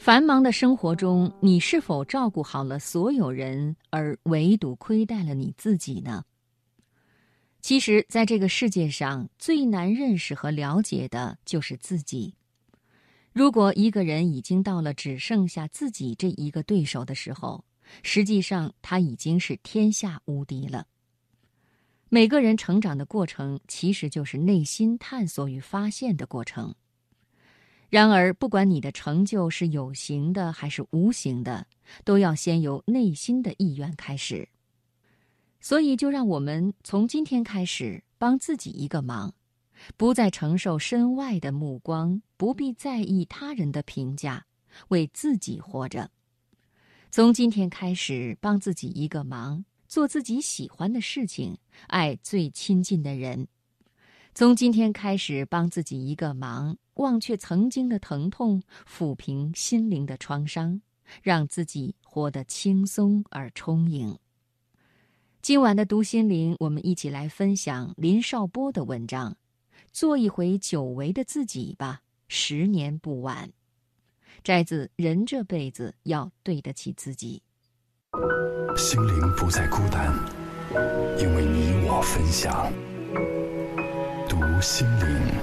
繁忙的生活中，你是否照顾好了所有人，而唯独亏待了你自己呢？其实，在这个世界上，最难认识和了解的就是自己。如果一个人已经到了只剩下自己这一个对手的时候，实际上他已经是天下无敌了。每个人成长的过程，其实就是内心探索与发现的过程。然而，不管你的成就是有形的还是无形的，都要先由内心的意愿开始。所以，就让我们从今天开始帮自己一个忙，不再承受身外的目光，不必在意他人的评价，为自己活着。从今天开始帮自己一个忙，做自己喜欢的事情，爱最亲近的人。从今天开始帮自己一个忙，忘却曾经的疼痛，抚平心灵的创伤，让自己活得轻松而充盈。今晚的读心灵，我们一起来分享林少波的文章，做一回久违的自己吧，10年不晚。摘自《人这辈子要对得起自己》。 心灵不再孤单，因为你我分享。读心灵。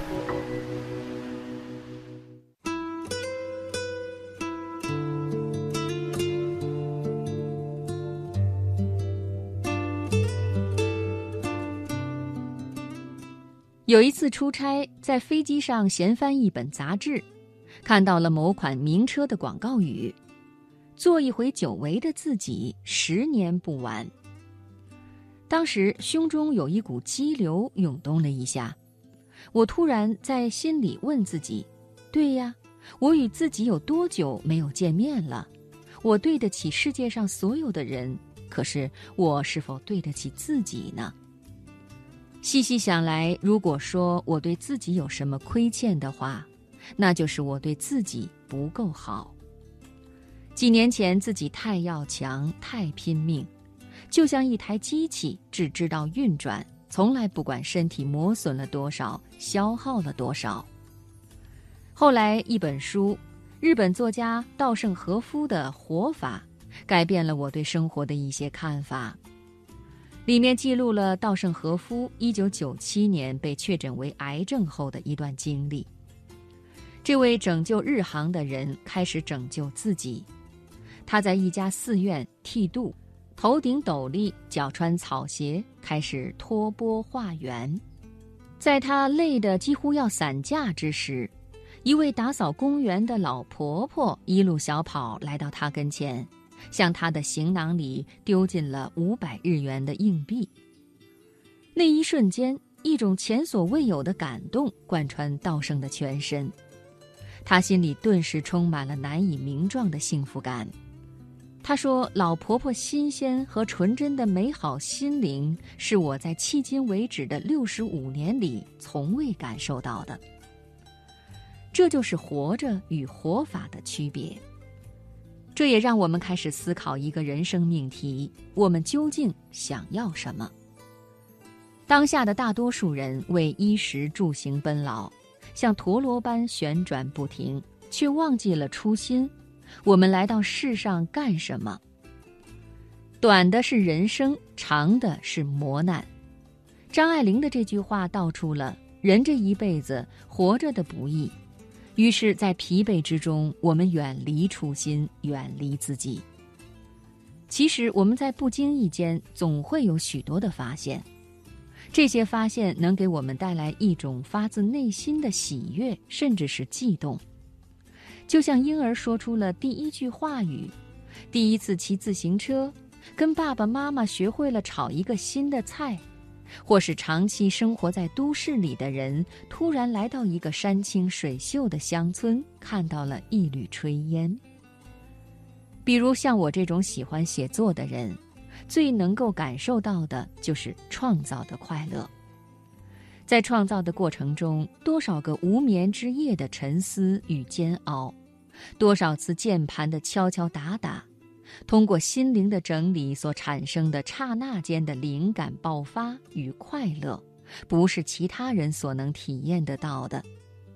有一次出差，在飞机上闲翻一本杂志，看到了某款名车的广告语：做一回久违的自己，10年不晚。当时胸中有一股激流涌动了一下，我突然在心里问自己：对呀，我与自己有多久没有见面了？我对得起世界上所有的人，可是我是否对得起自己呢？细细想来，如果说我对自己有什么亏欠的话，那就是我对自己不够好。几年前自己太要强，太拼命，就像一台机器，只知道运转，从来不管身体磨损了多少，消耗了多少。后来一本书，日本作家稻盛和夫的《活法》，改变了我对生活的一些看法。里面记录了稻盛和夫1997年被确诊为癌症后的一段经历。这位拯救日航的人开始拯救自己。他在一家寺院剃度，头顶斗笠，脚穿草鞋，开始托钵化缘。在他累得几乎要散架之时，一位打扫公园的老婆婆一路小跑来到他跟前，向他的行囊里丢进了500日元的硬币。那一瞬间，一种前所未有的感动贯穿稻盛的全身，他心里顿时充满了难以名状的幸福感。他说，老婆婆新鲜和纯真的美好心灵是我在迄今为止的65年里从未感受到的。这就是活着与活法的区别。这也让我们开始思考一个人生命题：我们究竟想要什么？当下的大多数人为衣食住行奔劳，像陀螺般旋转不停，却忘记了初心。我们来到世上干什么？短的是人生，长的是磨难。张爱玲的这句话道出了人这一辈子活着的不易。于是在疲惫之中，我们远离初心，远离自己。其实我们在不经意间总会有许多的发现，这些发现能给我们带来一种发自内心的喜悦，甚至是悸动。就像婴儿说出了第一句话语，第一次骑自行车，跟爸爸妈妈学会了炒一个新的菜，或是长期生活在都市里的人，突然来到一个山清水秀的乡村，看到了一缕炊烟。比如像我这种喜欢写作的人，最能够感受到的就是创造的快乐。在创造的过程中，多少个无眠之夜的沉思与煎熬，多少次键盘的敲敲打打，通过心灵的整理所产生的刹那间的灵感爆发与快乐，不是其他人所能体验得到的。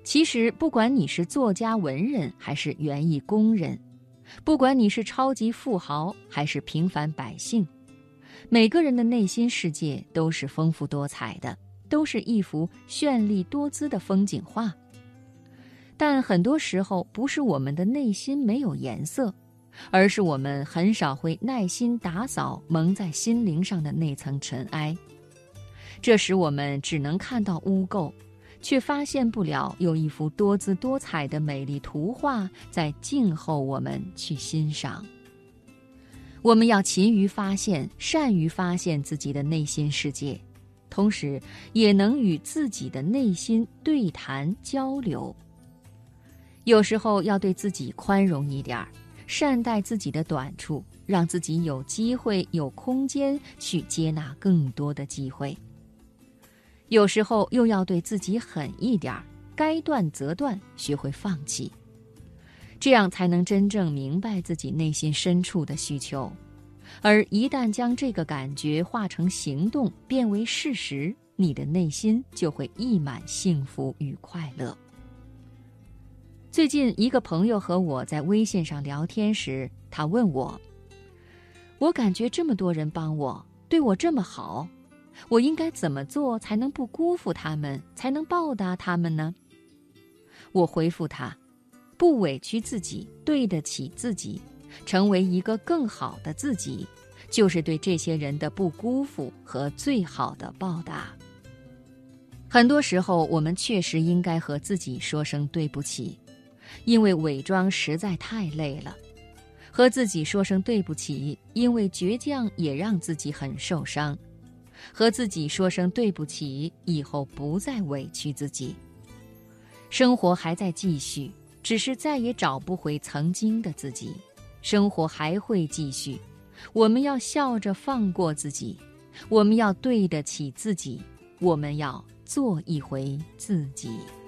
其实不管你是作家文人还是园艺工人，不管你是超级富豪还是平凡百姓，每个人的内心世界都是丰富多彩的，都是一幅绚丽多姿的风景画。但很多时候不是我们的内心没有颜色，而是我们很少会耐心打扫蒙在心灵上的那层尘埃。这时我们只能看到污垢，却发现不了有一幅多姿多彩的美丽图画在静候我们去欣赏。我们要勤于发现，善于发现自己的内心世界，同时也能与自己的内心对谈交流。有时候要对自己宽容一点，善待自己的短处，让自己有机会有空间去接纳更多的机会。有时候又要对自己狠一点，该断则断，学会放弃，这样才能真正明白自己内心深处的需求。而一旦将这个感觉化成行动，变为事实，你的内心就会溢满幸福与快乐。最近一个朋友和我在微信上聊天时，他问我感觉这么多人帮我，对我这么好，我应该怎么做才能不辜负他们，才能报答他们呢？我回复他，不委屈自己，对得起自己，成为一个更好的自己，就是对这些人的不辜负和最好的报答。很多时候我们确实应该和自己说声对不起，因为伪装实在太累了。和自己说声对不起，因为倔强也让自己很受伤。和自己说声对不起，以后不再委屈自己。生活还在继续，只是再也找不回曾经的自己。生活还会继续，我们要笑着放过自己，我们要对得起自己，我们要做一回自己。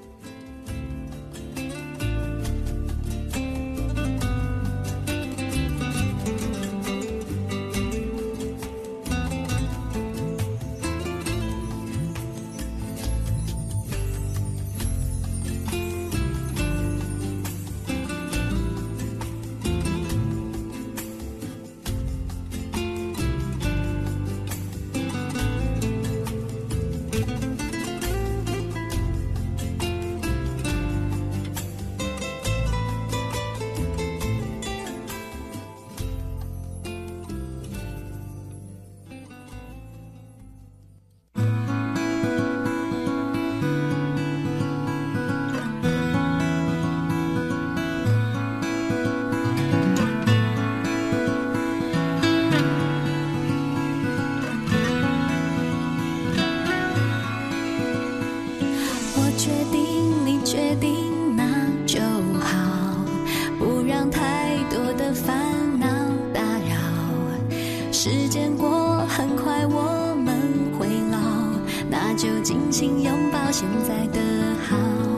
时间过很快，我们会老，那就尽情拥抱现在的好。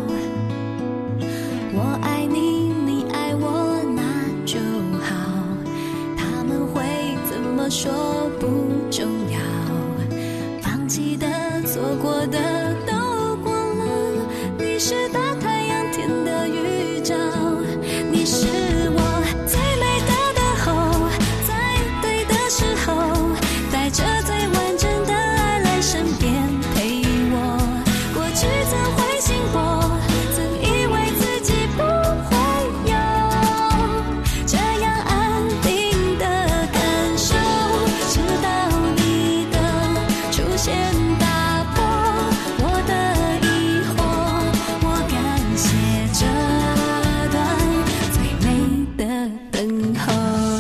我爱你，你爱我，那就好。他们会怎么说不重要，放弃的、错过的都过了。你是大太阳，天的预兆，你是我最美的等候，在对的时候，带着最完整的爱来身边陪我。过去曾会醒过，曾以为自己不会有这样安定的感受，直到你的出现打破我的疑惑。我感谢这段最美的等候。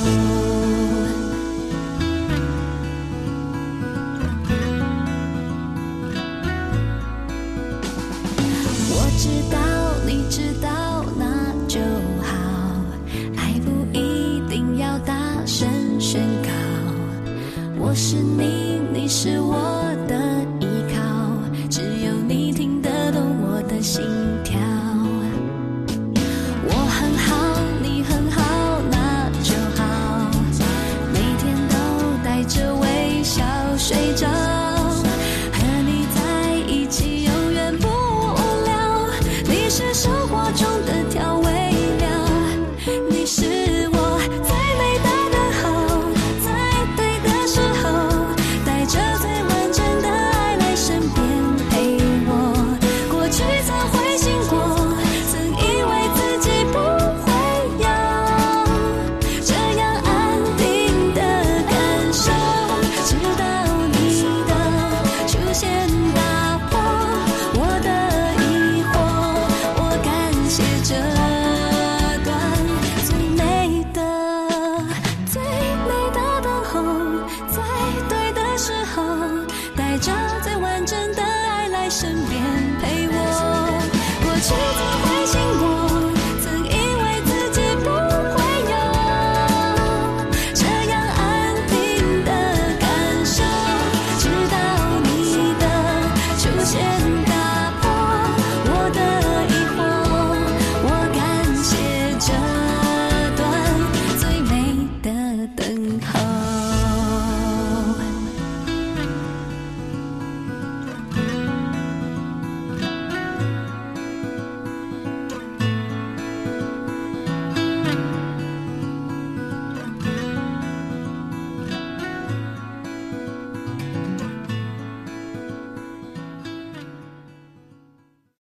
我知道，你知道，那就好。爱不一定要大声宣告，我是你，你是我。